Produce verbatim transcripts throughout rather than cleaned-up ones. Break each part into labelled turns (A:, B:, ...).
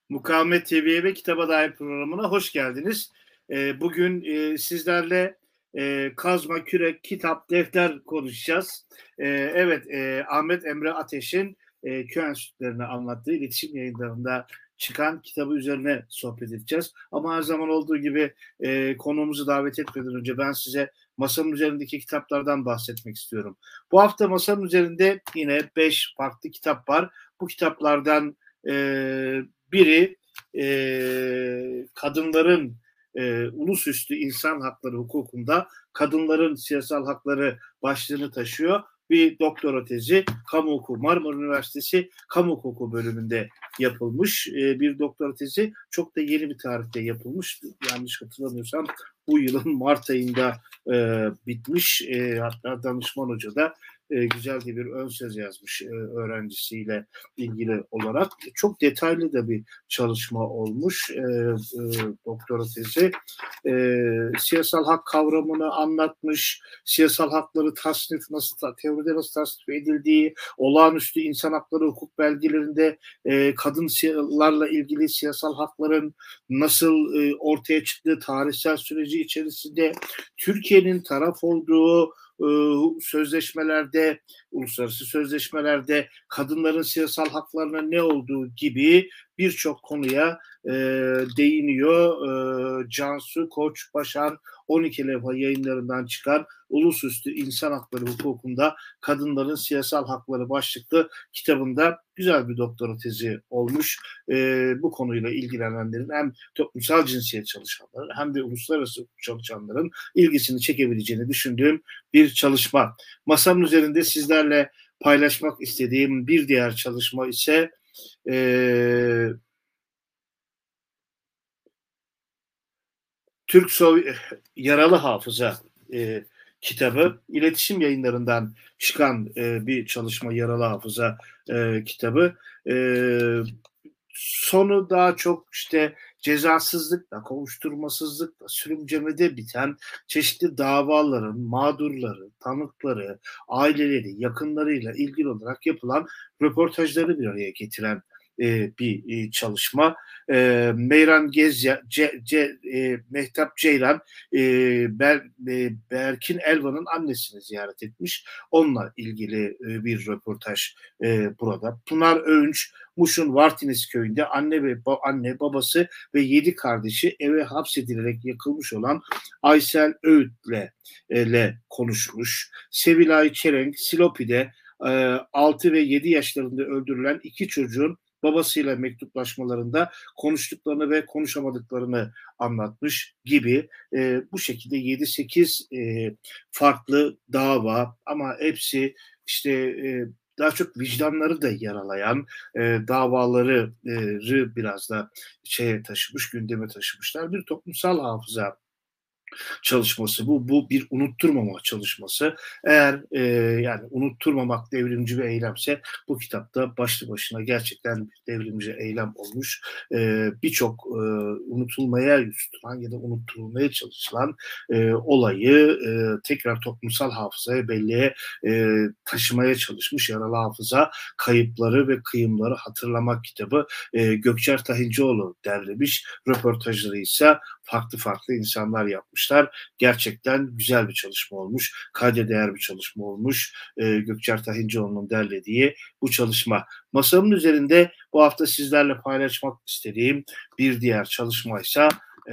A: Mukavemet T V'ye ve Kitaba Dair programına hoş geldiniz. E, bugün e, sizlerle e, kazma, kürek, kitap, defter konuşacağız. E, evet, e, Ahmet Emre Ateş'in e, köy enstitülerini anlattığı iletişim yayınlarında çıkan kitabı üzerine sohbet edeceğiz. Ama her zaman olduğu gibi e, konuğumuzu davet etmeden önce ben size masanın üzerindeki kitaplardan bahsetmek istiyorum. Bu hafta masanın üzerinde yine beş farklı kitap var. Bu kitaplardan e, biri e, kadınların e, ulusüstü insan hakları hukukunda kadınların siyasal hakları başlığını taşıyor. Bir doktora tezi kamu hukuku, Marmara Üniversitesi kamu hukuku bölümünde yapılmış e, bir doktora tezi. Çok da yeni bir tarihte yapılmış. Yanlış hatırlamıyorsam bu yılın Mart ayında e, bitmiş. E, hatta danışman hoca da e, güzel de bir ön söz yazmış e, öğrencisiyle ilgili olarak. Çok detaylı da bir çalışma olmuş e, e, doktora tezi. E, siyasal hak kavramını anlatmış, siyasal hakları tasnif nasıl, teoride nasıl tasnif edildiği, olağanüstü insan hakları hukuk belgelerinde e, kadınlarla ilgili siyasal hakların nasıl e, ortaya çıktığı tarihsel süreci içerisinde Türkiye'nin taraf olduğu e, sözleşmelerde, uluslararası sözleşmelerde kadınların siyasal haklarına ne olduğu gibi birçok konuya e, değiniyor. E, Cansu Koç Başar on iki levha yayınlarından çıkan Ulusüstü İnsan Hakları Hukukunda Kadınların Siyasal Hakları başlıklı kitabında güzel bir doktora tezi olmuş. E, bu konuyla ilgilenenlerin hem toplumsal cinsiyet çalışanların hem de uluslararası hukuk çalışanların ilgisini çekebileceğini düşündüğüm bir çalışma. Masamın üzerinde sizlerle paylaşmak istediğim bir diğer çalışma ise e, Türk Soy Yaralı Hafıza e, kitabı. İletişim Yayınlarından çıkan e, bir çalışma, Yaralı Hafıza e, kitabı. E, sonu daha çok işte cezasızlıkla, kovuşturmasızlıkla, sürümcemede biten çeşitli davaların mağdurları, tanıkları, aileleri, yakınlarıyla ilgili olarak yapılan röportajları bir araya getiren e, bir e, çalışma. E, Meyran Gezya, Ce, Ce, e, Mehtap Ceylan, e, Ber, e, Berkin Elvan'ın annesini ziyaret etmiş. Onunla ilgili e, bir röportaj e, burada. Pınar Öğünç, Muş'un Vartiniz köyünde anne ve ba- anne babası ve yedi kardeşi eve hapsedilerek yakılmış olan Aysel Öğüt'le e, konuşmuş. Sevilay Çelenk, Silopi'de e, altı ve yedi yaşlarında öldürülen iki çocuğun babasıyla mektuplaşmalarında konuştuklarını ve konuşamadıklarını anlatmış gibi e, bu şekilde yedi sekiz e, farklı dava ama hepsi işte e, daha çok vicdanları da yaralayan e, davaları e, biraz da şeye taşımış, gündeme taşımışlar. Bir toplumsal hafıza çalışması bu. Bu bir unutturmama çalışması. Eğer e, yani unutturmamak devrimci bir eylemse bu kitapta başlı başına gerçekten bir devrimci eylem olmuş. E, Birçok e, unutulmaya yüz tutan ya da unutturulmaya çalışılan e, olayı e, tekrar toplumsal hafızaya, belleğe e, taşımaya çalışmış Yaralı Hafıza Kayıpları ve Kıyımları Hatırlamak kitabı. E, Gökçer Tahincioğlu derlemiş. Röportajları ise farklı farklı insanlar yapmışlar. Gerçekten güzel bir çalışma olmuş. Kayda değer bir çalışma olmuş. E, Gökçer Tahincioğlu'nun derlediği bu çalışma. Masamın üzerinde bu hafta sizlerle paylaşmak istediğim bir diğer çalışmaysa e,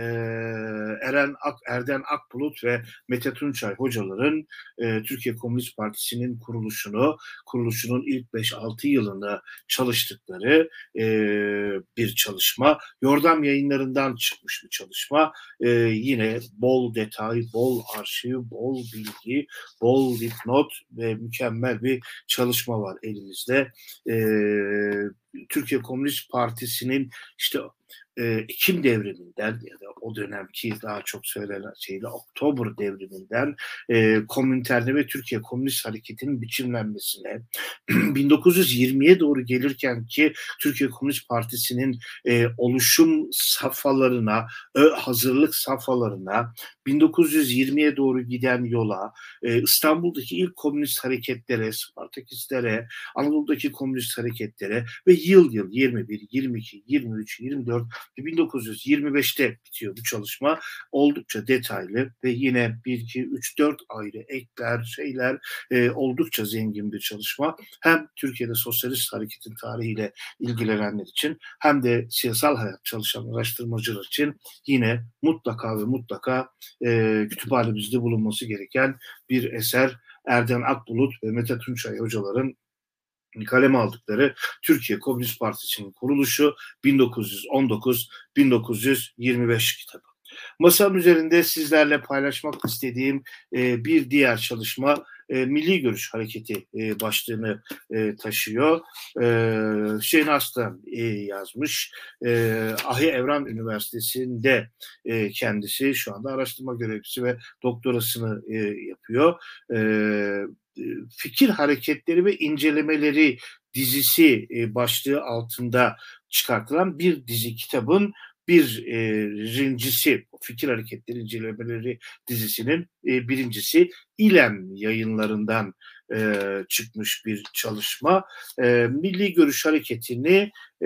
A: Eren Ak, Erden Akbulut ve Mete Tunçay hocaların e, Türkiye Komünist Partisi'nin kuruluşunu, kuruluşunun ilk beş altı yılında çalıştıkları e, bir çalışma. Yordam Yayınlarından çıkmış bir çalışma. E, yine bol detay, bol arşiv, bol bilgi, bol dipnot ve mükemmel bir çalışma var elimizde. E, Türkiye Komünist Partisi'nin işte e, Ekim devriminden ya da o dönemki daha çok söylenen şeyle Oktober devriminden e, Komintern'e ve Türkiye Komünist Hareketi'nin biçimlenmesine, bin dokuz yüz yirmiye doğru gelirken ki Türkiye Komünist Partisi'nin e, oluşum safhalarına, ö, hazırlık safhalarına, bin dokuz yüz yirmiye doğru giden yola, e, İstanbul'daki ilk komünist hareketlere, Spartakistlere, Anadolu'daki komünist hareketlere ve yıl yıl yirmi bir, yirmi iki, yirmi üç, yirmi dört ve bin dokuz yüz yirmi beşte bitiyor bu çalışma. Oldukça detaylı ve yine bir, iki, üç, dört ayrı ekler, şeyler, e, oldukça zengin bir çalışma. Hem Türkiye'de sosyalist hareketin tarihiyle ilgilenenler için hem de siyasal hayat çalışan araştırmacılar için yine mutlaka ve mutlaka e, kütüphanemizde bulunması gereken bir eser. Erden Akbulut ve Mete Tunçay hocaların kaleme aldıkları Türkiye Komünist Partisi'nin kuruluşu bin dokuz yüz on dokuz bin dokuz yüz yirmi beş kitabı. Masanın üzerinde sizlerle paylaşmak istediğim e, bir diğer çalışma e, Milli Görüş Hareketi e, başlığını e, taşıyor. E, Hüseyin Aslan e, yazmış. E, Ahi Evran Üniversitesi'nde e, kendisi şu anda araştırma görevlisi ve doktorasını e, yapıyor. E, Fikir Hareketleri ve İncelemeleri dizisi e, başlığı altında çıkartılan bir dizi kitabın bir e, birincisi, Fikir Hareketleri İncelemeleri dizisinin e, birincisi İLEM yayınlarından e, çıkmış bir çalışma. E, Milli Görüş Hareketi'ni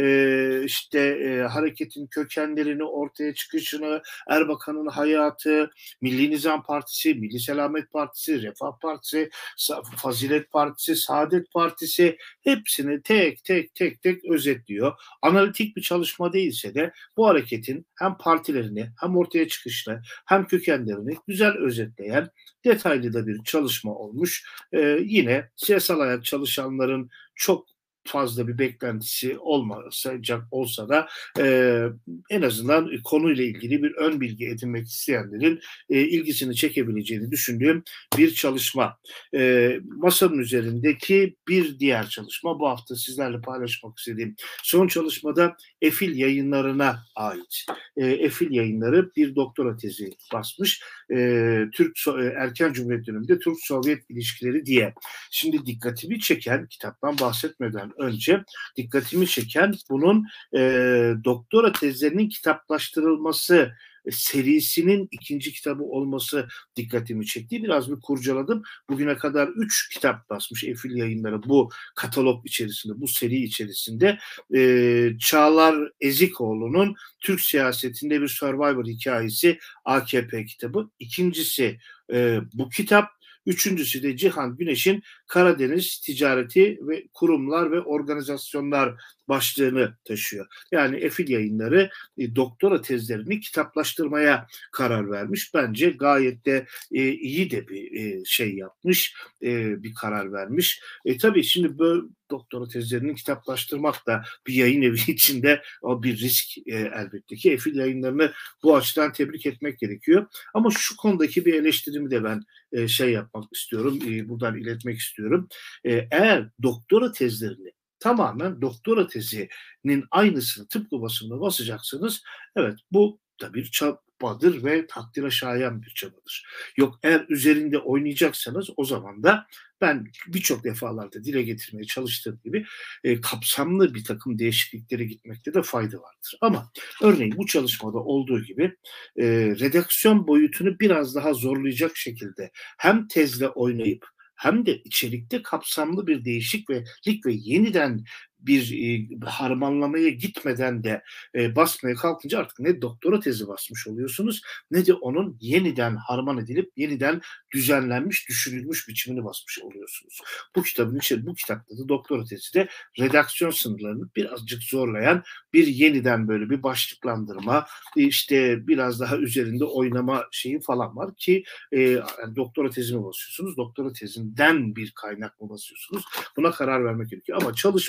A: e, işte e, hareketin kökenlerini, ortaya çıkışını, Erbakan'ın hayatı, Milli Nizam Partisi, Milli Selamet Partisi, Refah Partisi, Fazilet Partisi, Saadet Partisi hepsini tek tek tek tek özetliyor. Analitik bir çalışma değilse de bu hareketin hem partilerini hem ortaya çıkışını hem kökenlerini güzel özetleyen detaylı da bir çalışma olmuş. Ee, yine siyasal hayat çalışanların çok fazla bir beklentisi olmayacak olsa da e, en azından konuyla ilgili bir ön bilgi edinmek isteyenlerin e, ilgisini çekebileceğini düşündüğüm bir çalışma. E, masanın üzerindeki bir diğer çalışma bu hafta sizlerle paylaşmak istediğim son çalışmada Efil Yayınları'na ait. E, Efil Yayınları bir doktora tezi basmış. E, Türk Erken Cumhuriyet döneminde Türk-Sovyet ilişkileri diye. Şimdi dikkatimi çeken, kitaptan bahsetmeden önce dikkatimi çeken bunun e, doktora tezlerinin kitaplaştırılması serisinin ikinci kitabı olması dikkatimi çekti. Biraz bir kurcaladım. Bugüne kadar üç kitap basmış Efil Yayınları bu katalog içerisinde, bu seri içerisinde. E, Çağlar Ezikoğlu'nun Türk Siyasetinde Bir Survivor Hikayesi A K P kitabı. İkincisi e, bu kitap. Üçüncüsü de Cihan Güneş'in Karadeniz Ticareti ve Kurumlar ve Organizasyonlar başlığını taşıyor. Yani Efil Yayınları e, doktora tezlerini kitaplaştırmaya karar vermiş. Bence gayet de e, iyi de bir e, şey yapmış, e, bir karar vermiş. E, tabii şimdi böyle doktora tezlerini kitaplaştırmak da bir yayın evi içinde o bir risk e, elbette ki. Efil Yayınlarını bu açıdan tebrik etmek gerekiyor. Ama şu konudaki bir eleştirimi de ben e, şey yapmak istiyorum, e, buradan iletmek istiyorum. E, eğer doktora tezlerini tamamen doktora tezinin aynısını tıpkı basımda basacaksınız, evet bu da bir çabadır ve takdire şayan bir çabadır. Yok eğer üzerinde oynayacaksanız o zaman da ben birçok defalarda dile getirmeye çalıştığım gibi e, kapsamlı bir takım değişikliklere gitmekte de fayda vardır. Ama örneğin bu çalışmada olduğu gibi e, redaksiyon boyutunu biraz daha zorlayacak şekilde hem tezle oynayıp hem de içerikte kapsamlı bir değişiklik ve yeniden bir e, harmanlamaya gitmeden de e, basmaya kalkınca artık ne doktora tezi basmış oluyorsunuz ne de onun yeniden harman edilip yeniden düzenlenmiş, düşünülmüş biçimini basmış oluyorsunuz. Bu kitabın içi, bu kitapta da doktora tezi de redaksiyon sınırlarını birazcık zorlayan bir yeniden böyle bir başlıklandırma, işte biraz daha üzerinde oynama şeyi falan var ki e, yani doktora tezi mi basıyorsunuz, doktora tezinden bir kaynak mı basıyorsunuz? Buna karar vermek gerekiyor. Ama çalışmanın kendisi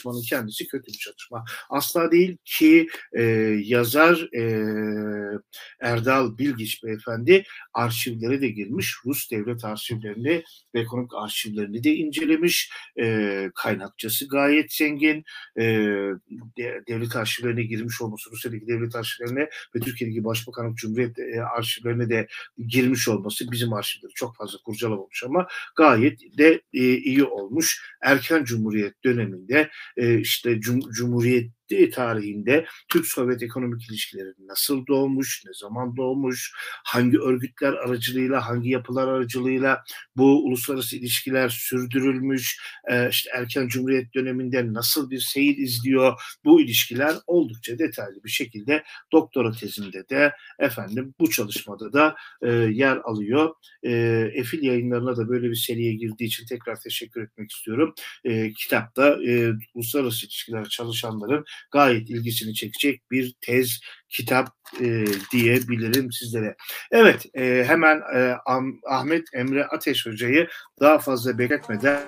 A: kendisi kötü bir çalışma. Asla değil ki e, yazar e, Erdal Bilgiç beyefendi arşivlere de girmiş. Rus devlet arşivlerini ve ekonomik arşivlerini de incelemiş. E, kaynakçası gayet zengin. E, devlet arşivlerine girmiş olması, Rusya'daki devlet arşivlerine ve Türkiye'deki Başbakanlık Cumhuriyet e, arşivlerine de girmiş olması bizim arşivleri çok fazla kurcalamamış ama gayet de e, iyi olmuş. Erken Cumhuriyet döneminde e, işte cum Cumhuriyet tarihinde Türk-Sovyet ekonomik ilişkileri nasıl doğmuş, ne zaman doğmuş, hangi örgütler aracılığıyla, hangi yapılar aracılığıyla bu uluslararası ilişkiler sürdürülmüş, e, işte erken Cumhuriyet döneminde nasıl bir seyir izliyor, bu ilişkiler oldukça detaylı bir şekilde doktora tezinde de efendim bu çalışmada da e, yer alıyor. E, Efil Yayınlarına da böyle bir seriye girdiği için tekrar teşekkür etmek istiyorum. E, kitapta e, uluslararası ilişkiler çalışanların gayet ilgisini çekecek bir tez, kitap e, diyebilirim sizlere. Evet, e, hemen e, Ahmet Emre Ateş Hoca'yı daha fazla bekletmeden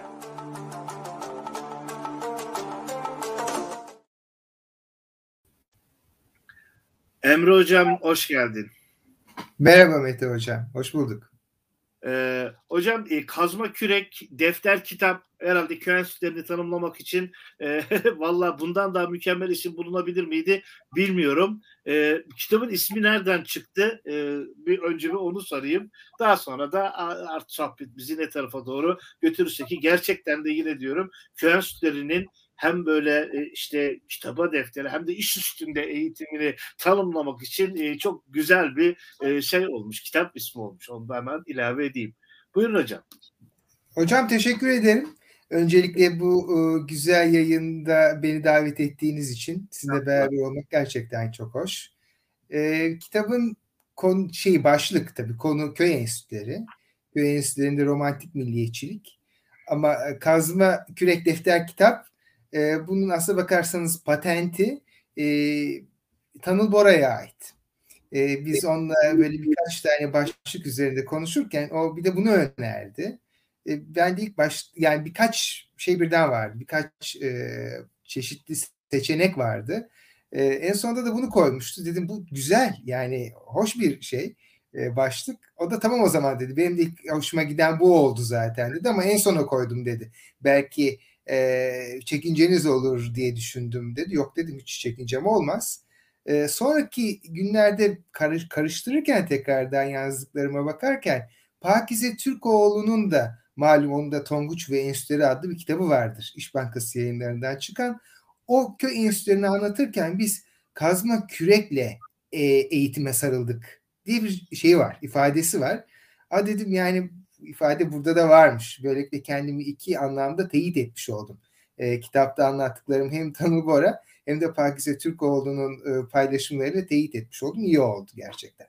A: Emre Hocam hoş geldin.
B: Merhaba Mete Hocam, hoş bulduk.
A: Ee, hocam e, kazma kürek, defter, kitap herhalde köy enstitülerini tanımlamak için e, valla bundan daha mükemmel isim bulunabilir miydi bilmiyorum. E, kitabın ismi nereden çıktı? E, bir önce bir onu sorayım. Daha sonra da artık sohbet bizi ne tarafa doğru götürürse ki gerçekten de yine diyorum köy enstitülerinin hem böyle işte kitaba defteri hem de iş üstünde eğitimini tanımlamak için çok güzel bir şey olmuş. Kitap ismi olmuş. Onu da hemen ilave edeyim. Buyurun hocam.
B: Hocam teşekkür ederim. Öncelikle bu güzel yayında beni davet ettiğiniz için sizinle beraber olmak gerçekten çok hoş. E, kitabın konu, şey başlık tabii konu köy enstitüleri. Köy enstitülerinde romantik milliyetçilik. Ama kazma kürek defter kitap e, bunun aslına bakarsanız patenti e, Tanıl Bora'ya ait. Ee, biz onunla böyle birkaç tane başlık üzerinde konuşurken o bir de bunu önerdi. Ee, ben de ilk baş yani birkaç şey birden vardı. Birkaç e, çeşitli seçenek vardı. E, en sonunda da bunu koymuştu. Dedim bu güzel yani hoş bir şey e, başlık. O da tamam o zaman dedi. Benim de ilk hoşuma giden bu oldu zaten dedi ama en sona koydum dedi. Belki e, çekinceniz olur diye düşündüm dedi. Yok dedim hiç çekincem olmaz. E, sonraki günlerde karış, karıştırırken tekrardan yazdıklarıma bakarken Pakize Türkoğlu'nun da malum onun da Tonguç ve Enstitüleri adlı bir kitabı vardır. İş Bankası yayınlarından çıkan. O köy enstitülerini anlatırken biz kazma kürekle e, eğitime sarıldık diye bir şey var, ifadesi var. A dedim yani ifade burada da varmış. Böylelikle kendimi iki anlamda teyit etmiş oldum. E, kitapta anlattıklarım hem Tanıl Bora hem de Pakize Türkoğlu'nun e, paylaşımlarıyla teyit etmiş oldum. İyi oldu gerçekten.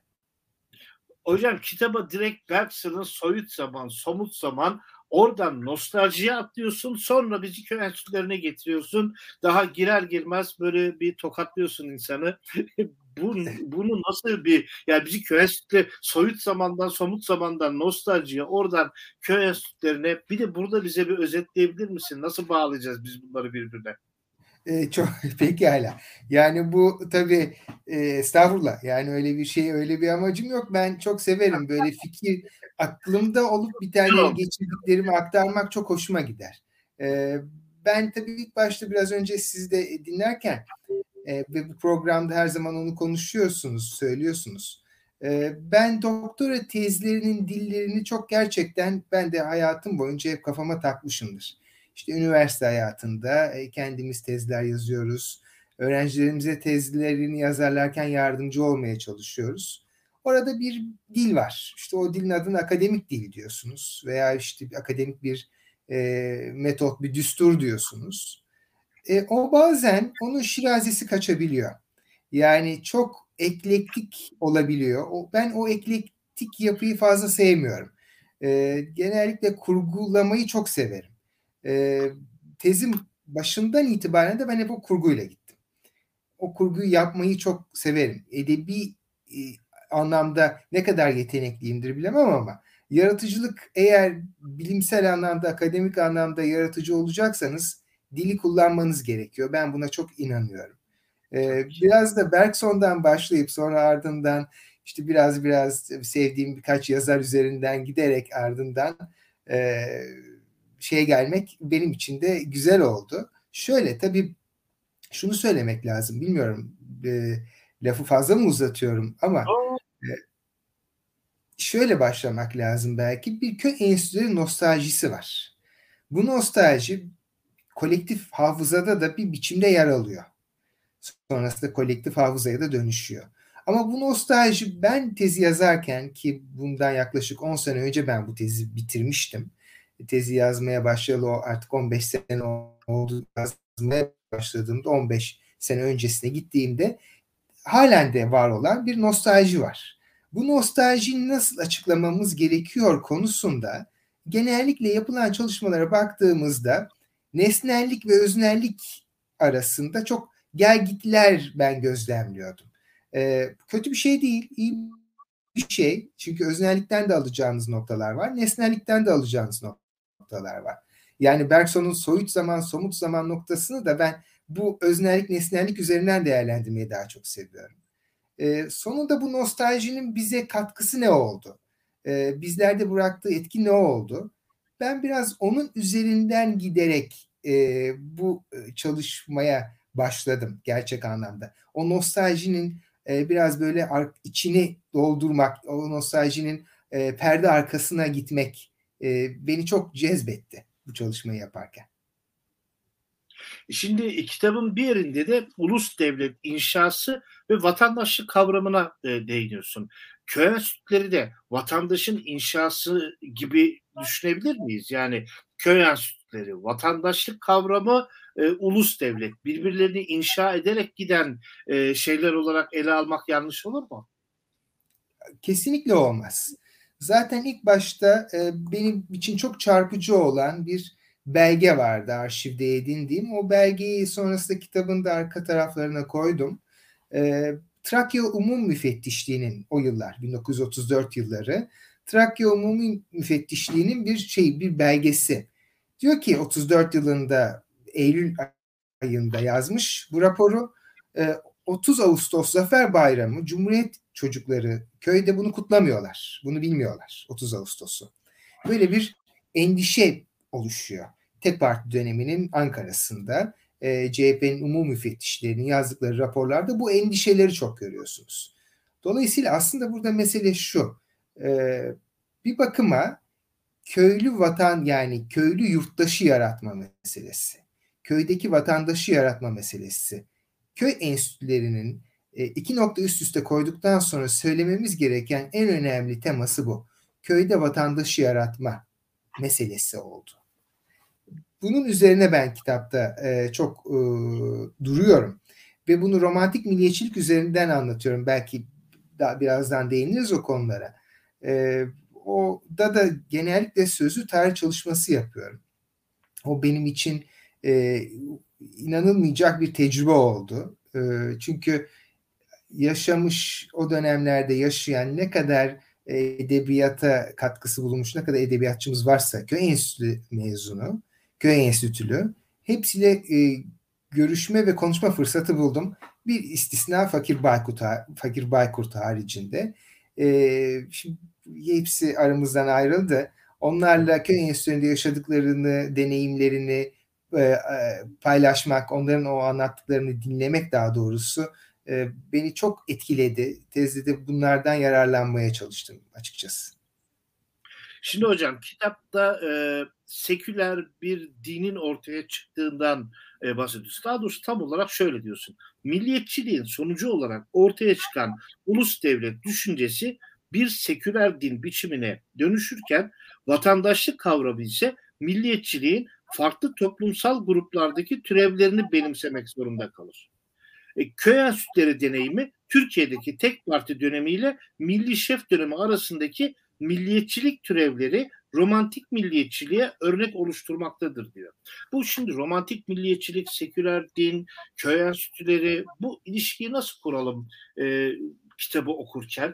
A: Hocam kitaba direkt Bergson'ın soyut zaman, somut zaman oradan nostaljiye atlıyorsun. Sonra bizi köy enstitülerine getiriyorsun. Daha girer girmez böyle bir tokatlıyorsun insanı. Bu, bunu nasıl bir yani bizi köy enstitüleri soyut zamandan somut zamandan nostaljiye oradan köy enstitülerine bir de burada bize bir özetleyebilir misin? Nasıl bağlayacağız biz bunları birbirine?
B: E, çok pekala. Yani bu tabii e, estağfurullah. Yani öyle bir şey, öyle bir amacım yok. Ben çok severim böyle fikir aklımda olup bitenleri geçirdiklerimi aktarmak çok hoşuma gider. E, ben tabii ilk başta biraz önce sizi de dinlerken e, ve bu programda her zaman onu konuşuyorsunuz, söylüyorsunuz. E, ben doktora tezlerinin dillerini çok gerçekten ben de hayatım boyunca hep kafama takmışımdır. İşte üniversite hayatında kendimiz tezler yazıyoruz. Öğrencilerimize tezlerini yazarlarken yardımcı olmaya çalışıyoruz. Orada bir dil var. İşte o dilin adına akademik dil diyorsunuz veya işte akademik bir e, metot, bir düstur diyorsunuz. E, o bazen onun şirazesi kaçabiliyor. Yani çok eklektik olabiliyor. O, ben o eklektik yapıyı fazla sevmiyorum. E, genellikle kurgulamayı çok severim. E, tezim başından itibaren de ben hep o kurguyla gittim. O kurguyu yapmayı çok severim. Edebi e, anlamda ne kadar yetenekliyimdir bilemem ama yaratıcılık eğer bilimsel anlamda, akademik anlamda yaratıcı olacaksanız dili kullanmanız gerekiyor. Ben buna çok inanıyorum. Ee, biraz da Bergson'dan başlayıp sonra ardından işte biraz biraz sevdiğim birkaç yazar üzerinden giderek ardından e, şeye gelmek benim için de güzel oldu. Şöyle tabii şunu söylemek lazım. Bilmiyorum e, lafı fazla mı uzatıyorum ama e, şöyle başlamak lazım belki. Bir köy enstitüleri nostaljisi var. Bu nostalji kolektif hafızada da bir biçimde yer alıyor. Sonrasında kolektif hafızaya da dönüşüyor. Ama bu nostalji ben tezi yazarken ki bundan yaklaşık on sene önce ben bu tezi bitirmiştim. Tezi yazmaya başlayalı artık on beş sene oldu. Yazmaya başladığımda on beş sene öncesine gittiğimde halen de var olan bir nostalji var. Bu nostaljiyi nasıl açıklamamız gerekiyor konusunda genellikle yapılan çalışmalara baktığımızda nesnellik ve öznellik arasında çok gelgitler ben gözlemliyordum. Ee, kötü bir şey değil, iyi bir şey. Çünkü öznellikten de alacağınız noktalar var, nesnellikten de alacağınız noktalar var. Yani Bergson'un soyut zaman, somut zaman noktasını da ben bu öznellik, nesnellik üzerinden değerlendirmeyi daha çok seviyorum. Ee, sonunda bu nostaljinin bize katkısı ne oldu? Ee, bizlerde bıraktığı etki ne oldu? Ben biraz onun üzerinden giderek e, bu çalışmaya başladım gerçek anlamda. O nostaljinin e, biraz böyle içini doldurmak, o nostaljinin e, perde arkasına gitmek e, beni çok cezbetti bu çalışmayı yaparken.
A: Şimdi kitabın bir yerinde de ulus devlet inşası ve vatandaşlık kavramına e, değiniyorsun. Köy enstitüleri de vatandaşın inşası gibi düşünebilir miyiz? Yani köy enstitüleri, vatandaşlık kavramı, e, ulus devlet birbirlerini inşa ederek giden e, şeyler olarak ele almak yanlış olur mu?
B: Kesinlikle olmaz. Zaten ilk başta e, benim için çok çarpıcı olan bir belge vardı arşivde edindiğim. O belgeyi sonrasında kitabın da arka taraflarına koydum. E, Trakya Umum Müfettişliği'nin o yıllar bin dokuz yüz otuz dört yılları Trakya Umum Müfettişliği'nin bir şey bir belgesi. Diyor ki otuz dört yılında Eylül ayında yazmış bu raporu. E, otuz Ağustos Zafer Bayramı Cumhuriyet çocukları köyde bunu kutlamıyorlar. Bunu bilmiyorlar otuz Ağustos'u. Böyle bir endişe oluşuyor. Tek Parti döneminin Ankara'sında e, C H P'nin umum müfettişlerinin yazdıkları raporlarda bu endişeleri çok görüyorsunuz. Dolayısıyla aslında burada mesele şu. E, bir bakıma köylü vatan yani köylü yurttaşı yaratma meselesi. Köydeki vatandaşı yaratma meselesi. Köy enstitülerinin e, iki nokta üst üste koyduktan sonra söylememiz gereken en önemli teması bu. Köyde vatandaşı yaratma meselesi oldu. Bunun üzerine ben kitapta e, çok e, duruyorum. Ve bunu romantik milliyetçilik üzerinden anlatıyorum. Belki daha birazdan değiniriz o konulara. E, o da da genellikle sözlü tarih çalışması yapıyorum. O benim için e, inanılmayacak bir tecrübe oldu. E, çünkü yaşamış o dönemlerde yaşayan ne kadar edebiyata katkısı bulunmuş, ne kadar edebiyatçımız varsa köy enstitülü mezunu, köy enstitülü hepsiyle e, görüşme ve konuşma fırsatı buldum. Bir istisna Fakir Baykurt, Fakir Baykurt haricinde. E, şimdi hepsi aramızdan ayrıldı. Onlarla köy enstitülerinde yaşadıklarını, deneyimlerini e, paylaşmak, onların o anlattıklarını dinlemek daha doğrusu e, beni çok etkiledi. Tezde de bunlardan yararlanmaya çalıştım açıkçası.
A: Şimdi hocam kitapta e, seküler bir dinin ortaya çıktığından e, bahsediyorsun. Daha doğrusu tam olarak şöyle diyorsun. Milliyetçiliğin sonucu olarak ortaya çıkan ulus devlet düşüncesi bir seküler din biçimine dönüşürken vatandaşlık kavramı ise milliyetçiliğin farklı toplumsal gruplardaki türevlerini benimsemek zorunda kalır. E, köy enstitüleri deneyimi Türkiye'deki tek parti dönemiyle milli şef dönemi arasındaki milliyetçilik türevleri romantik milliyetçiliğe örnek oluşturmaktadır diyor. Bu şimdi romantik milliyetçilik, seküler din, köy enstitüleri bu ilişkiyi nasıl kuralım e, kitabı okurken?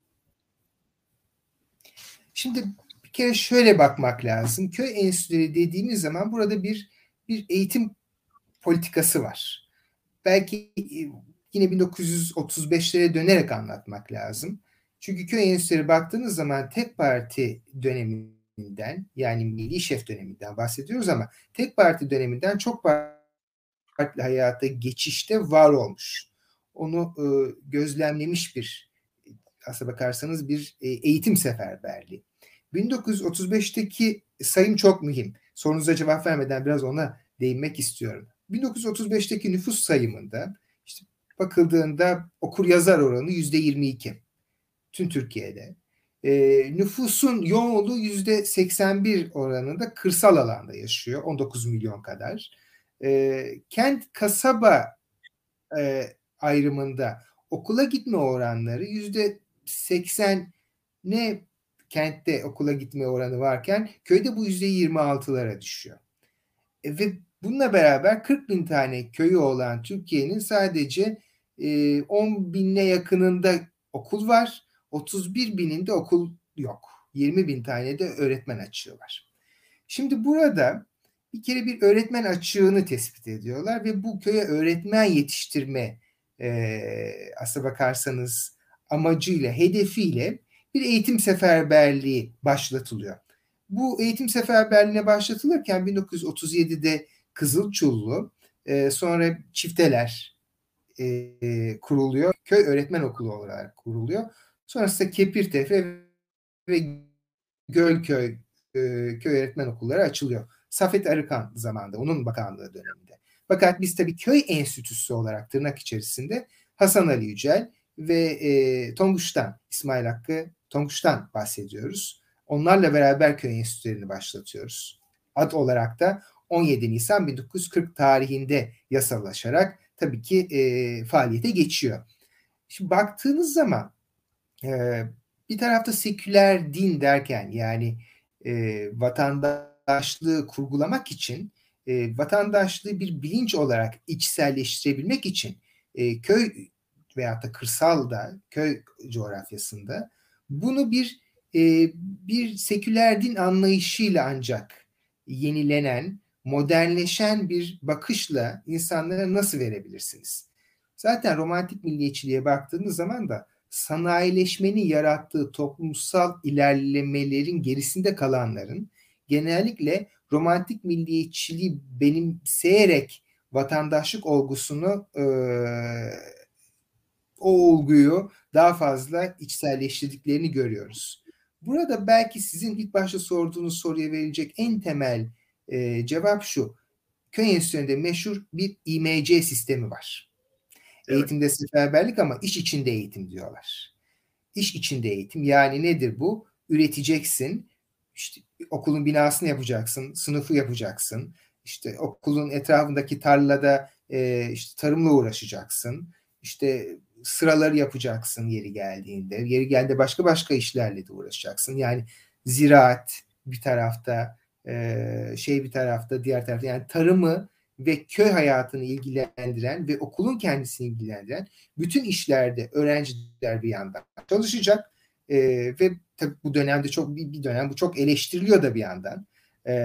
B: Şimdi bir kere şöyle bakmak lazım. Köy enstitüleri dediğimiz zaman burada bir bir eğitim politikası var. Belki yine bin dokuz yüz otuz beşlere dönerek anlatmak lazım. Çünkü köy enstitüleri baktığınız zaman tek parti döneminden, yani milli şef döneminden bahsediyoruz ama tek parti döneminden çok partili hayata geçişte var olmuş. Onu e, gözlemlemiş bir, aslına bakarsanız bir e, eğitim seferberliği. bin dokuz yüz otuz beşteki sayım çok mühim. Sorunuza cevap vermeden biraz ona değinmek istiyorum. bin dokuz yüz otuz beşteki nüfus sayımında işte bakıldığında okur yazar oranı yüzde yirmi iki tüm Türkiye'de. E, nüfusun yoğunluğu yüzde seksen bir oranında kırsal alanda yaşıyor. on dokuz milyon kadar. E, kent kasaba e, ayrımında okula gitme oranları yüzde seksen ne kentte okula gitme oranı varken köyde bu yüzde yirmi altılara düşüyor. E, ve bununla beraber kırk bin tane köyü olan Türkiye'nin sadece e, on bine yakınında okul var. otuz bir bininde okul yok. yirmi bin tane de öğretmen açığı var. Şimdi burada bir kere bir öğretmen açığını tespit ediyorlar ve bu köye öğretmen yetiştirme e, aslına bakarsanız amacıyla, hedefiyle bir eğitim seferberliği başlatılıyor. Bu eğitim seferberliğine başlatılırken bin dokuz yüz otuz yedide Kızılçullu, e, sonra Çifteler e, kuruluyor. Köy öğretmen okulu olarak kuruluyor. Sonrasında Kepirtepe ve Gölköy e, köy öğretmen okulları açılıyor. Safet Arıkan zamanında, onun bakanlığı döneminde. Fakat biz tabii köy enstitüsü olarak tırnak içerisinde Hasan Ali Yücel ve e, Tonguç'tan, İsmail Hakkı Tonguç'tan bahsediyoruz. Onlarla beraber köy enstitülerini başlatıyoruz. Ad olarak da on yedi Nisan bin dokuz yüz kırk tarihinde yasallaşarak tabii ki e, faaliyete geçiyor. Şimdi baktığınız zaman e, bir tarafta seküler din derken, yani e, vatandaşlığı kurgulamak için, e, vatandaşlığı bir bilinç olarak içselleştirebilmek için e, köy veyahut da kırsalda, köy coğrafyasında bunu bir e, bir seküler din anlayışıyla ancak yenilenen, modernleşen bir bakışla insanlara nasıl verebilirsiniz? Zaten romantik milliyetçiliğe baktığınız zaman da sanayileşmenin yarattığı toplumsal ilerlemelerin gerisinde kalanların genellikle romantik milliyetçiliği benimseyerek vatandaşlık olgusunu, e, o olguyu daha fazla içselleştirdiklerini görüyoruz. Burada belki sizin ilk başta sorduğunuz soruya verilecek en temel e, cevap şu: köy enstitülerinde meşhur bir İ M C sistemi var. Evet. Eğitimde seferberlik ama iş içinde eğitim diyorlar. İş içinde eğitim, yani nedir bu? Üreteceksin, işte okulun binasını yapacaksın, sınıfı yapacaksın, işte okulun etrafındaki tarlada e, işte tarımla uğraşacaksın, işte sıraları yapacaksın yeri geldiğinde, yeri geldiğinde başka başka işlerle de uğraşacaksın. Yani ziraat bir tarafta, e, şey bir tarafta, diğer tarafta, yani tarımı ve köy hayatını ilgilendiren ve okulun kendisini ilgilendiren bütün işlerde öğrenciler bir yandan çalışacak e, ve tabii bu dönemde çok bir, bir dönem bu çok eleştiriliyor da bir yandan. E,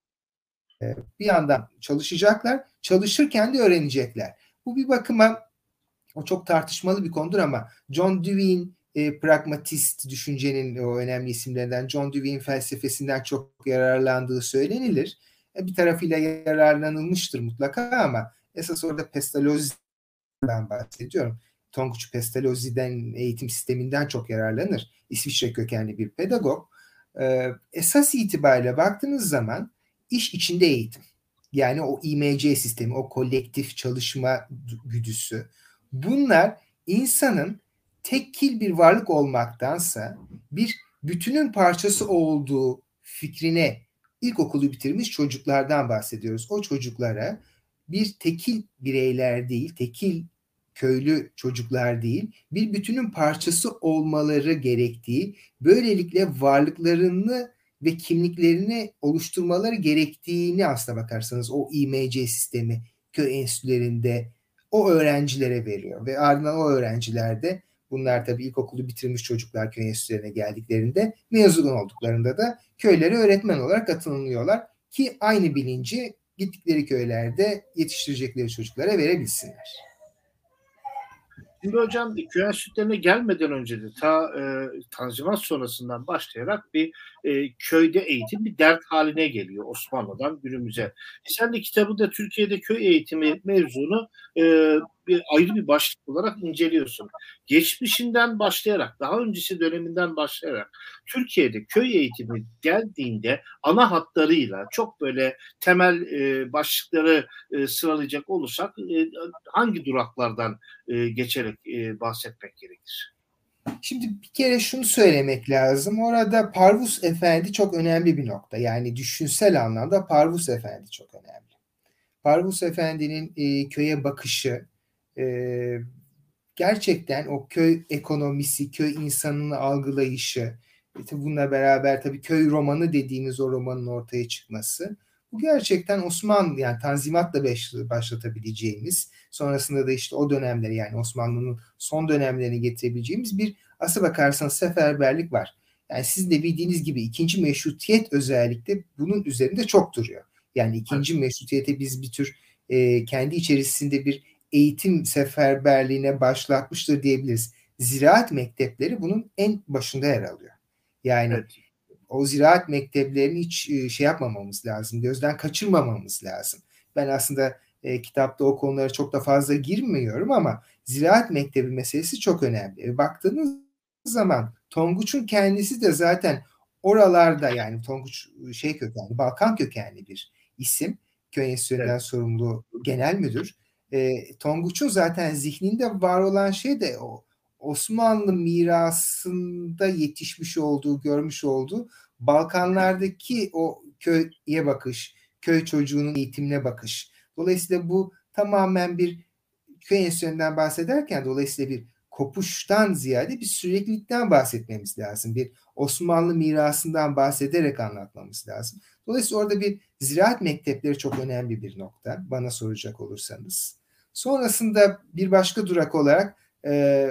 B: e, bir yandan çalışacaklar, çalışırken de öğrenecekler. Bu bir bakıma o çok tartışmalı bir konudur ama John Dewey'in e, pragmatist düşüncenin o önemli isimlerinden, John Dewey'in felsefesinden çok yararlandığı söylenilir. E, bir tarafıyla yararlanılmıştır mutlaka ama esas orada Pestalozzi'den bahsediyorum. Tonguç Pestalozzi'den, eğitim sisteminden çok yararlanır. İsviçre kökenli bir pedagog. E, esas itibariyle baktığınız zaman iş içinde eğitim. Yani o İ M C sistemi, o kolektif çalışma güdüsü. Bunlar insanın tekil bir varlık olmaktansa bir bütünün parçası olduğu fikrine ilkokulu bitirmiş çocuklardan bahsediyoruz. O çocuklara bir tekil bireyler değil, tekil köylü çocuklar değil, bir bütünün parçası olmaları gerektiği, böylelikle varlıklarını ve kimliklerini oluşturmaları gerektiğini aslına bakarsanız o İ M C sistemi köy enstitülerinde o öğrencilere veriyor ve ardından o öğrenciler de, bunlar tabii ilkokulu bitirmiş çocuklar köy enstitülerine geldiklerinde, mezun olduklarında da köylere öğretmen olarak atanılıyorlar ki aynı bilinci gittikleri köylerde yetiştirecekleri çocuklara verebilsinler.
A: Şimdi hocam köy enstitülerine gelmeden önce de ta e, Tanzimat sonrasından başlayarak bir e, köyde eğitim bir dert haline geliyor Osmanlı'dan günümüze. E sen de kitabında Türkiye'de köy eğitimi mevzunu e, bir ayrı bir başlık olarak inceliyorsun. Geçmişinden başlayarak, daha öncesi döneminden başlayarak Türkiye'de köy eğitimi geldiğinde ana hatlarıyla çok böyle temel e, başlıkları e, sıralayacak olursak e, hangi duraklardan e, geçerek e, bahsetmek gerekir?
B: Şimdi bir kere şunu söylemek lazım. Orada Parvus Efendi çok önemli bir nokta. Yani düşünsel anlamda Parvus Efendi çok önemli. Parvus Efendi'nin e, köye bakışı, e, gerçekten o köy ekonomisi, köy insanını algılayışı, işte bununla beraber tabii köy romanı dediğimiz o romanın ortaya çıkması, bu gerçekten Osmanlı, yani Tanzimat'la başlatabileceğimiz, sonrasında da işte o dönemleri, yani Osmanlı'nın son dönemlerini getirebileceğimiz bir, asıl bakarsanız seferberlik var. Yani sizin de bildiğiniz gibi ikinci meşrutiyet özellikle bunun üzerinde çok duruyor. Yani ikinci meşrutiyete biz bir tür e, kendi içerisinde bir eğitim seferberliğine başlatmıştır diyebiliriz. Ziraat mektepleri bunun en başında yer alıyor. Yani evet, o ziraat mekteplerini hiç şey yapmamamız lazım, gözden kaçırmamamız lazım. Ben aslında e, kitapta o konulara çok da fazla girmiyorum ama ziraat mektebi meselesi çok önemli. E, baktığınız zaman Tonguç'un kendisi de zaten oralarda, yani Tonguç şey kökenli, Balkan kökenli bir isim. Köy enstitüsünden evet, sorumlu genel müdür. E, Tonguç'un zaten zihninde var olan şey de o Osmanlı mirasında yetişmiş olduğu, görmüş olduğu Balkanlardaki o köye bakış, köy çocuğunun eğitimine bakış. Dolayısıyla bu tamamen bir köy enstitüsünden bahsederken dolayısıyla bir kopuştan ziyade bir süreklilikten bahsetmemiz lazım. Bir Osmanlı mirasından bahsederek anlatmamız lazım. Dolayısıyla orada bir ziraat mektepleri çok önemli bir nokta, bana soracak olursanız. Sonrasında bir başka durak olarak e,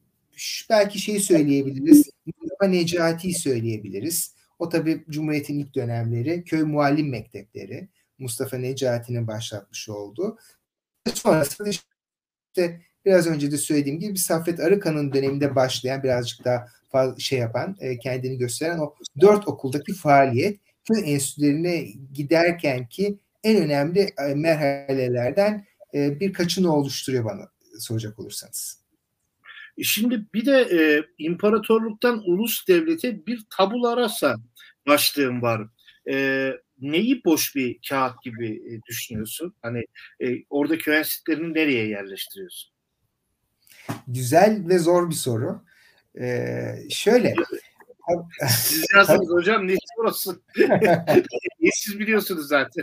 B: belki şeyi söyleyebiliriz, Mustafa Necati'yi söyleyebiliriz. O tabii Cumhuriyet'in ilk dönemleri, köy muallim mektepleri, Mustafa Necati'nin başlatmış olduğu. Sonrasında işte biraz önce de söylediğim gibi Saffet Arıkan'ın döneminde başlayan, birazcık daha fazla şey yapan, kendini gösteren o dört okuldaki faaliyet, köy enstitülerine giderken ki en önemli merhalelerden birkaçını oluşturuyor bana soracak olursanız.
A: Şimdi bir de e, imparatorluktan ulus devlete bir tabula rasa başlığım var. E, neyi boş bir kağıt gibi e, düşünüyorsun? Hani e, orada köy enstitülerini nereye yerleştiriyorsun?
B: Güzel ve zor bir soru. Ee, şöyle.
A: Siz yazdınız hocam, ne sorusu? Siz biliyorsunuz zaten.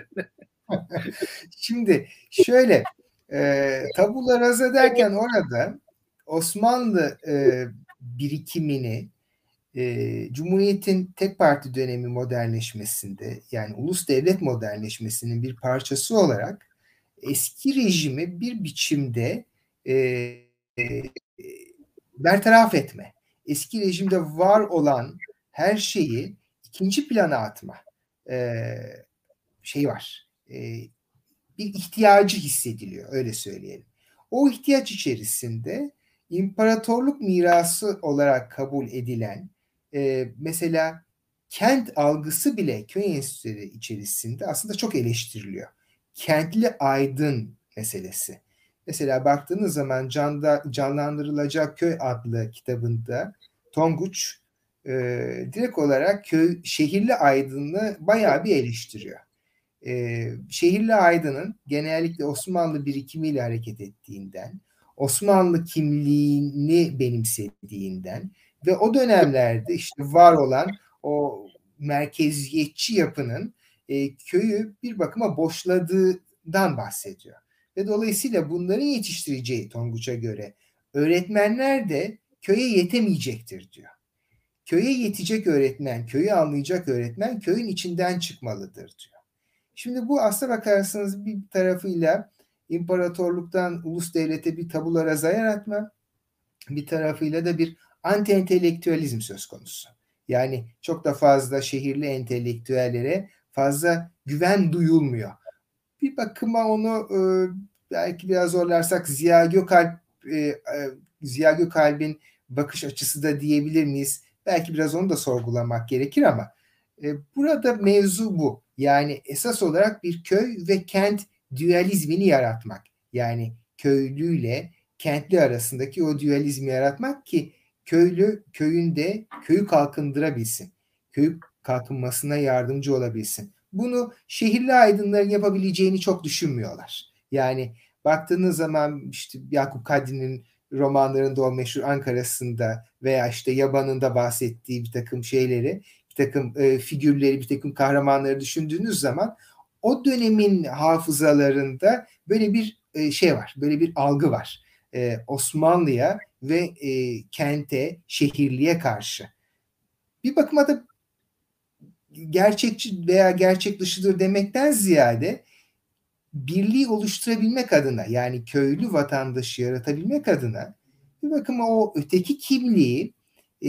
B: Şimdi şöyle, e, tabula rasa derken orada Osmanlı e, birikimini e, Cumhuriyet'in tek parti dönemi modernleşmesinde, yani ulus devlet modernleşmesinin bir parçası olarak eski rejimi bir biçimde e, e, bertaraf etme, eski rejimde var olan her şeyi ikinci plana atma e, şey var. E, bir ihtiyacı hissediliyor, öyle söyleyelim. O ihtiyaç içerisinde imparatorluk mirası olarak kabul edilen e, mesela kent algısı bile köy enstitüleri içerisinde aslında çok eleştiriliyor. Kentli aydın meselesi. Mesela baktığınız zaman Canda, Canlandırılacak Köy adlı kitabında Tonguç e, direkt olarak köy şehirli aydını bayağı bir eleştiriyor. E, şehirli aydının genellikle Osmanlı birikimiyle hareket ettiğinden, Osmanlı kimliğini benimsediğinden ve o dönemlerde işte var olan o merkeziyetçi yapının e, köyü bir bakıma boşladığından bahsediyor. Ve dolayısıyla bunların yetiştireceği Tonguç'a göre öğretmenler de köye yetemeyecektir diyor. Köye yetecek öğretmen, köyü anlayacak öğretmen köyün içinden çıkmalıdır diyor. Şimdi bu aslına bakarsanız bir tarafıyla imparatorluktan ulus devlete bir tabula rasa yaratma, bir tarafıyla da bir anti-entelektüelizm söz konusu. Yani çok da fazla şehirli entelektüellere fazla güven duyulmuyor. bir bakıma onu e, belki biraz zorlarsak Ziya Gökalp e, e, Ziya Gökalp'in bakış açısı da diyebilir miyiz? Belki biraz onu da sorgulamak gerekir ama e, burada mevzu bu. Yani esas olarak bir köy ve kent dualizmini yaratmak. Yani köylüyle kentli arasındaki o dualizmi yaratmak ki köylü köyünde köyü kalkındırabilsin. Köy kalkınmasına yardımcı olabilsin. Bunu şehirli aydınların yapabileceğini çok düşünmüyorlar. Yani baktığınız zaman işte Yakup Kadri'nin romanlarında o meşhur Ankara'sında veya işte Yaban'ında bahsettiği bir takım şeyleri, bir takım e, figürleri, bir takım kahramanları düşündüğünüz zaman o dönemin hafızalarında böyle bir e, şey var, böyle bir algı var. E, Osmanlı'ya ve e, kente, şehirliğe karşı. Bir bakıma da gerçekçi veya gerçek dışıdır demekten ziyade birliği oluşturabilmek adına, yani köylü vatandaşı yaratabilmek adına bir bakıma o öteki kimliği e,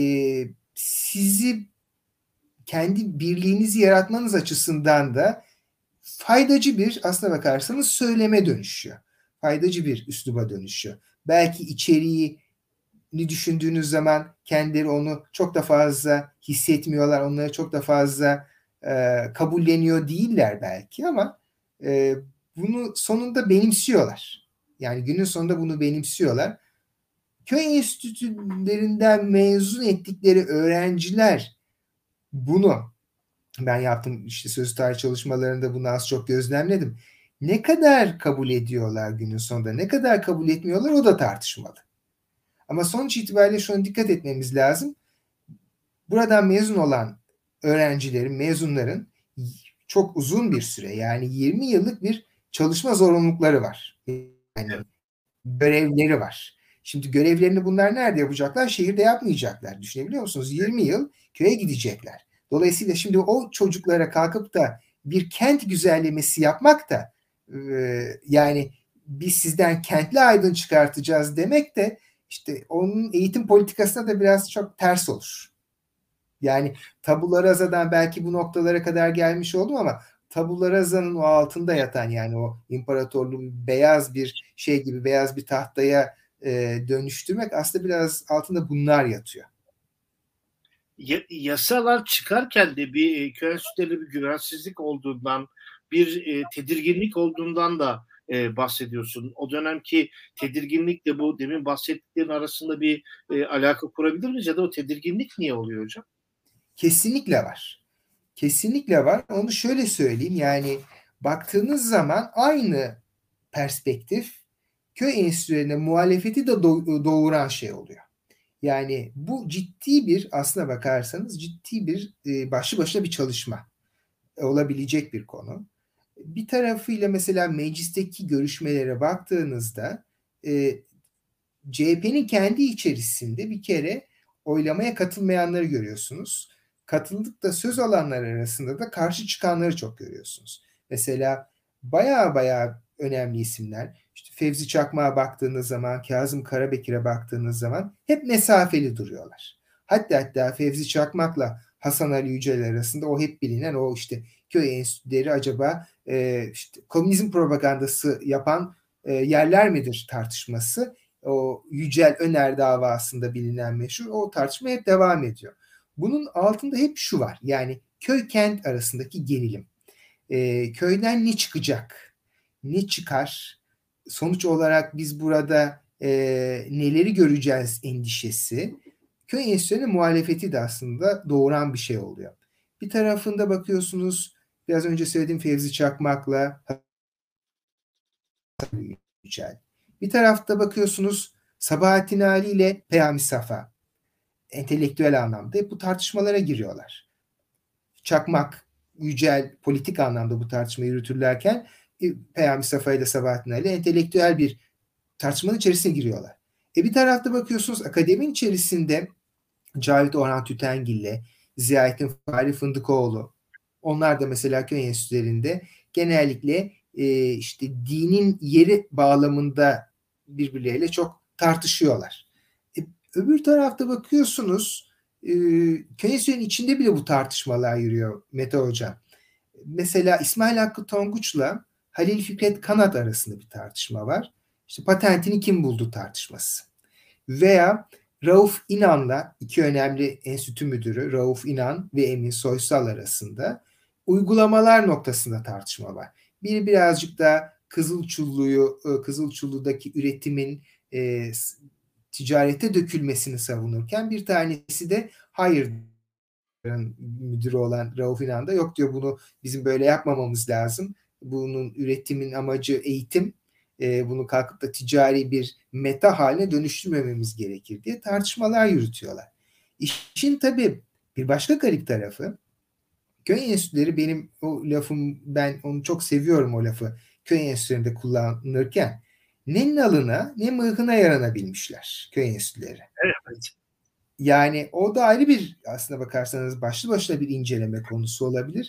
B: sizi kendi birliğinizi yaratmanız açısından da faydacı bir, aslına bakarsanız, söyleme dönüşüyor. Faydacı bir üsluba dönüşüyor. Belki içeriği düşündüğünüz zaman kendileri onu çok da fazla hissetmiyorlar, onları çok da fazla e, kabulleniyor değiller belki ama e, bunu sonunda benimsiyorlar. Yani günün sonunda bunu benimsiyorlar. Köy enstitülerinden mezun ettikleri öğrenciler bunu, ben yaptım işte sözlü tarih çalışmalarında bunu az çok gözlemledim. Ne kadar kabul ediyorlar günün sonunda, ne kadar kabul etmiyorlar o da tartışmalı. Ama sonuç itibariyle şuna dikkat etmemiz lazım. Buradan mezun olan öğrencilerin, mezunların çok uzun bir süre, yani yirmi yıllık bir çalışma zorunlulukları var. Yani görevleri var. Şimdi görevlerini bunlar nerede yapacaklar? Şehirde yapmayacaklar. Düşünebiliyor musunuz? yirmi yıl köye gidecekler. Dolayısıyla şimdi o çocuklara kalkıp da bir kent güzellemesi yapmak da e, yani biz sizden kentli aydın çıkartacağız demek de işte onun eğitim politikasına da biraz çok ters olur. Yani Tabula Rasa'dan belki bu noktalara kadar gelmiş oldum ama Tabula Rasa'nın o altında yatan, yani o imparatorluğu beyaz bir şey gibi, beyaz bir tahtaya e, dönüştürmek aslında biraz altında bunlar yatıyor.
A: Ya, yasalar çıkarken de bir e, köy enstitülerinde bir güvensizlik olduğundan, bir e, tedirginlik olduğundan da e, bahsediyorsun. O dönemki tedirginlikle bu demin bahsettiklerin arasında bir e, alaka kurabilir miyiz? Ya da o tedirginlik niye oluyor hocam?
B: Kesinlikle var. Kesinlikle var. Onu şöyle söyleyeyim, yani baktığınız zaman aynı perspektif köy enstitülerine muhalefeti de doğuran şey oluyor. Yani bu ciddi bir, aslına bakarsanız ciddi bir e, başlı başına bir çalışma olabilecek bir konu. Bir tarafıyla mesela meclisteki görüşmelere baktığınızda e, C H P'nin kendi içerisinde bir kere oylamaya katılmayanları görüyorsunuz. Katıldık da söz alanlar arasında da karşı çıkanları çok görüyorsunuz. Mesela baya baya önemli isimler, işte Fevzi Çakmak'a baktığınız zaman, Kazım Karabekir'e baktığınız zaman hep mesafeli duruyorlar. Hatta hatta Fevzi Çakmak'la Hasan Ali Yücel arasında o hep bilinen o işte köy enstitüleri acaba e, işte komünizm propagandası yapan e, yerler midir tartışması, o Yücel Öner davasında bilinen meşhur o tartışma hep devam ediyor. Bunun altında hep şu var, yani köy kent arasındaki gerilim. E, köyden ne çıkacak? Ne çıkar? Sonuç olarak biz burada e, neleri göreceğiz endişesi. Köy enstitülerinin muhalefeti de aslında doğuran bir şey oluyor. Bir tarafında bakıyorsunuz, biraz önce söylediğim Fevzi Çakmak'la Yücel. Bir tarafta bakıyorsunuz Sabahattin Ali ile Peyami Safa entelektüel anlamda hep bu tartışmalara giriyorlar. Çakmak, Yücel politik anlamda bu tartışmayı yürütürlerken Peyami Safa ile Sabahattin Ali entelektüel bir tartışmanın içerisine giriyorlar. E bir tarafta bakıyorsunuz akademinin içerisinde Cavit Orhan Tütengil'le Ziyaettin Fahri Fındıkoğlu, onlar da mesela köy enstitülerinde genellikle e, işte dinin yeri bağlamında birbirleriyle çok tartışıyorlar. E, öbür tarafta bakıyorsunuz e, köy enstitülerinin içinde bile bu tartışmalar yürüyor Mete Hocam. Mesela İsmail Hakkı Tonguç'la Halil Fikret Kanat arasında bir tartışma var. İşte patentini kim buldu tartışması. Veya Rauf İnan'la iki önemli enstitü müdürü Rauf İnan ve Emin Soysal arasında uygulamalar noktasında tartışma var. Biri birazcık da Kızılçullu'yu, Kızılçullu'daki üretimin e, ticarete dökülmesini savunurken bir tanesi de hayır müdürü olan Rauf İnan da yok diyor, bunu bizim böyle yapmamamız lazım. Bunun üretimin amacı eğitim. E, bunu kalkıp da ticari bir meta haline dönüştürmememiz gerekir diye tartışmalar yürütüyorlar. İşin tabii bir başka garip tarafı, köy enstitüleri, benim o lafım, ben onu çok seviyorum o lafı, köy enstitülerinde kullanılırken ne nalına ne mıhına yaranabilmişler köy enstitüleri.
A: Evet.
B: Yani o da ayrı bir, aslına bakarsanız başlı başına bir inceleme konusu olabilir.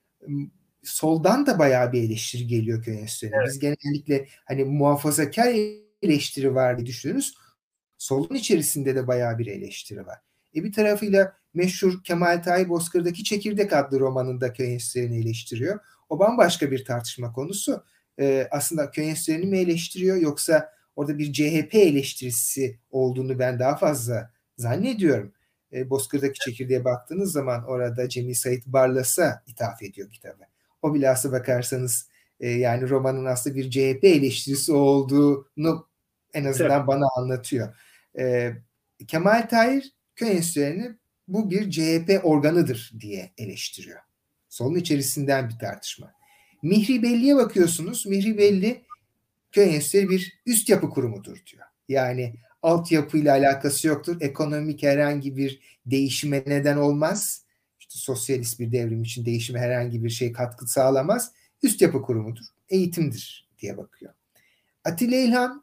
B: Soldan da bayağı bir eleştiri geliyor köy enstitülerine. Evet. Biz genellikle hani muhafazakar eleştiri var diye düşünürüz. Solun içerisinde de bayağı bir eleştiri var. E bir tarafıyla meşhur Kemal Tahir Bozkır'daki Çekirdek adlı romanında köy enstitülerini eleştiriyor. O bambaşka bir tartışma konusu. Ee, aslında köy enstitülerini mi eleştiriyor, yoksa orada bir C H P eleştirisi olduğunu ben daha fazla zannediyorum. E, Bozkır'daki Çekirdeğe baktığınız zaman orada Cemil Sait Barlas'a ithaf ediyor kitabı. O bile aslına bakarsanız e, yani romanın aslında bir C H P eleştirisi olduğunu en azından evet. bana anlatıyor. E, Kemal Tahir köy enstitülerini bu bir C H P organıdır diye eleştiriyor. Solun içerisinden bir tartışma. Mihri Belli'ye bakıyorsunuz. Mihri Belli köy enstitüleri bir üst yapı kurumudur diyor. Yani altyapıyla alakası yoktur. Ekonomik herhangi bir değişime neden olmaz. İşte sosyalist bir devrim için değişime herhangi bir şey katkı sağlamaz. Üst yapı kurumudur. Eğitimdir diye bakıyor. Atilla İlhan,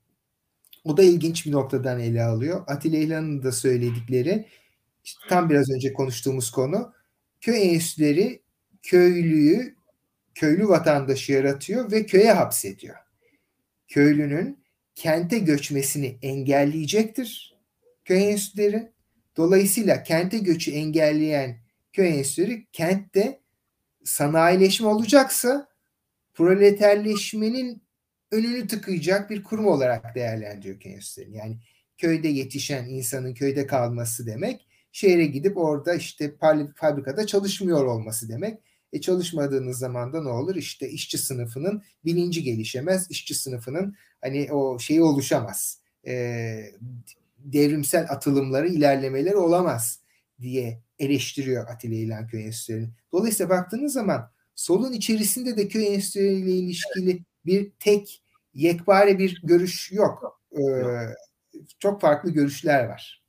B: o da ilginç bir noktadan ele alıyor. Atilla İlhan'ın da söyledikleri işte tam biraz önce konuştuğumuz konu, köy enstitüleri köylüyü, köylü vatandaşı yaratıyor ve köye hapsediyor. Köylünün kente göçmesini engelleyecektir köy enstitüleri. Dolayısıyla kente göçü engelleyen köy enstitüleri kentte sanayileşme olacaksa proleterleşmenin önünü tıkayacak bir kurum olarak değerlendiriyor köy enstitülerini. Yani köyde yetişen insanın köyde kalması demek, şehre gidip orada işte fabrikada çalışmıyor olması demek. E çalışmadığınız zaman da ne olur? İşte işçi sınıfının bilinci gelişemez, işçi sınıfının hani o şeyi oluşamaz. E, devrimsel atılımları, ilerlemeleri olamaz diye eleştiriyor Atilla İlhan köy enstitülerini. Dolayısıyla baktığınız zaman solun içerisinde de köy enstitüleriyle ilişkili bir tek yekpare bir görüş yok. Ee, çok farklı görüşler var.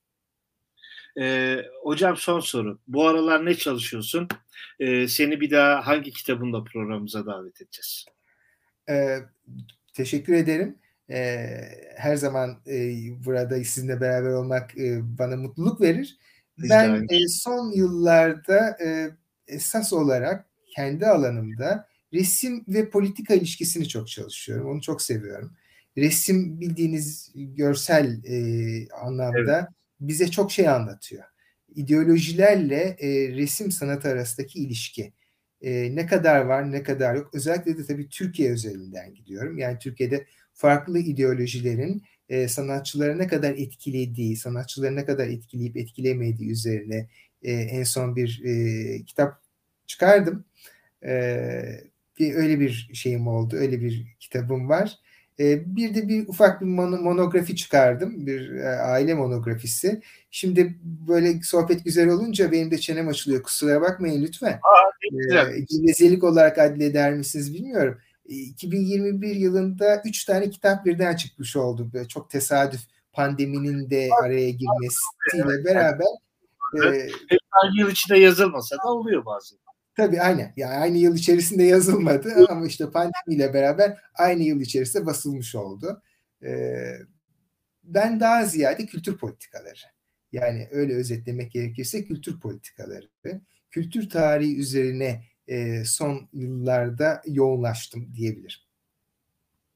A: Ee, hocam son soru. Bu aralar ne çalışıyorsun? Ee, seni bir daha hangi kitabınla programımıza davet edeceğiz?
B: Ee, teşekkür ederim. Ee, her zaman e, burada sizinle beraber olmak e, bana mutluluk verir. Biz ben e, son yıllarda e, esas olarak kendi alanımda resim ve politika ilişkisini çok çalışıyorum. Onu çok seviyorum. Resim bildiğiniz görsel e, anlamda evet. bize çok şey anlatıyor. İdeolojilerle e, resim sanatı arasındaki ilişki. E, ne kadar var, ne kadar yok. Özellikle de tabii Türkiye özelinden gidiyorum. Yani Türkiye'de farklı ideolojilerin e, sanatçıları ne kadar etkilediği, sanatçıları ne kadar etkileyip etkilemediği üzerine e, en son bir e, kitap çıkardım. E, bir öyle bir şeyim oldu, öyle bir kitabım var. E, bir de bir ufak bir mon- monografi çıkardım, bir e, aile monografisi. Şimdi böyle sohbet güzel olunca benim de çenem açılıyor. Kusura bakmayın lütfen. E, gevezelik olarak adleder misiniz bilmiyorum. iki bin yirmi bir yılında üç tane kitap birden çıkmış oldu. Böyle çok tesadüf, pandeminin de araya girmesiyle beraber.
A: Evet. E, Hep aynı yıl içinde yazılmasa da oluyor bazen.
B: Tabii aynen. Yani aynı yıl içerisinde yazılmadı ama işte pandemiyle beraber aynı yıl içerisinde basılmış oldu. Ee, ben daha ziyade kültür politikaları. Yani öyle özetlemek gerekirse kültür politikaları. Kültür tarihi üzerine e, son yıllarda yoğunlaştım diyebilirim.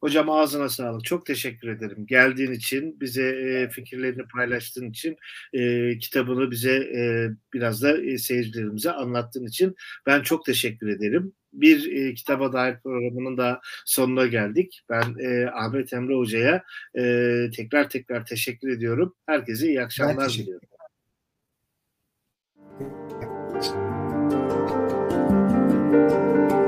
A: Hocam ağzına sağlık. Çok teşekkür ederim. Geldiğin için, bize e, fikirlerini paylaştığın için, e, kitabını bize e, biraz da e, seyircilerimize anlattığın için ben çok teşekkür ederim. Bir e, Kitaba Dair programının da sonuna geldik. Ben e, Ahmet Emre Hoca'ya e, tekrar tekrar teşekkür ediyorum. Herkese iyi
B: Ben
A: akşamlar
B: teşekkür
A: diliyorum.
B: ederim.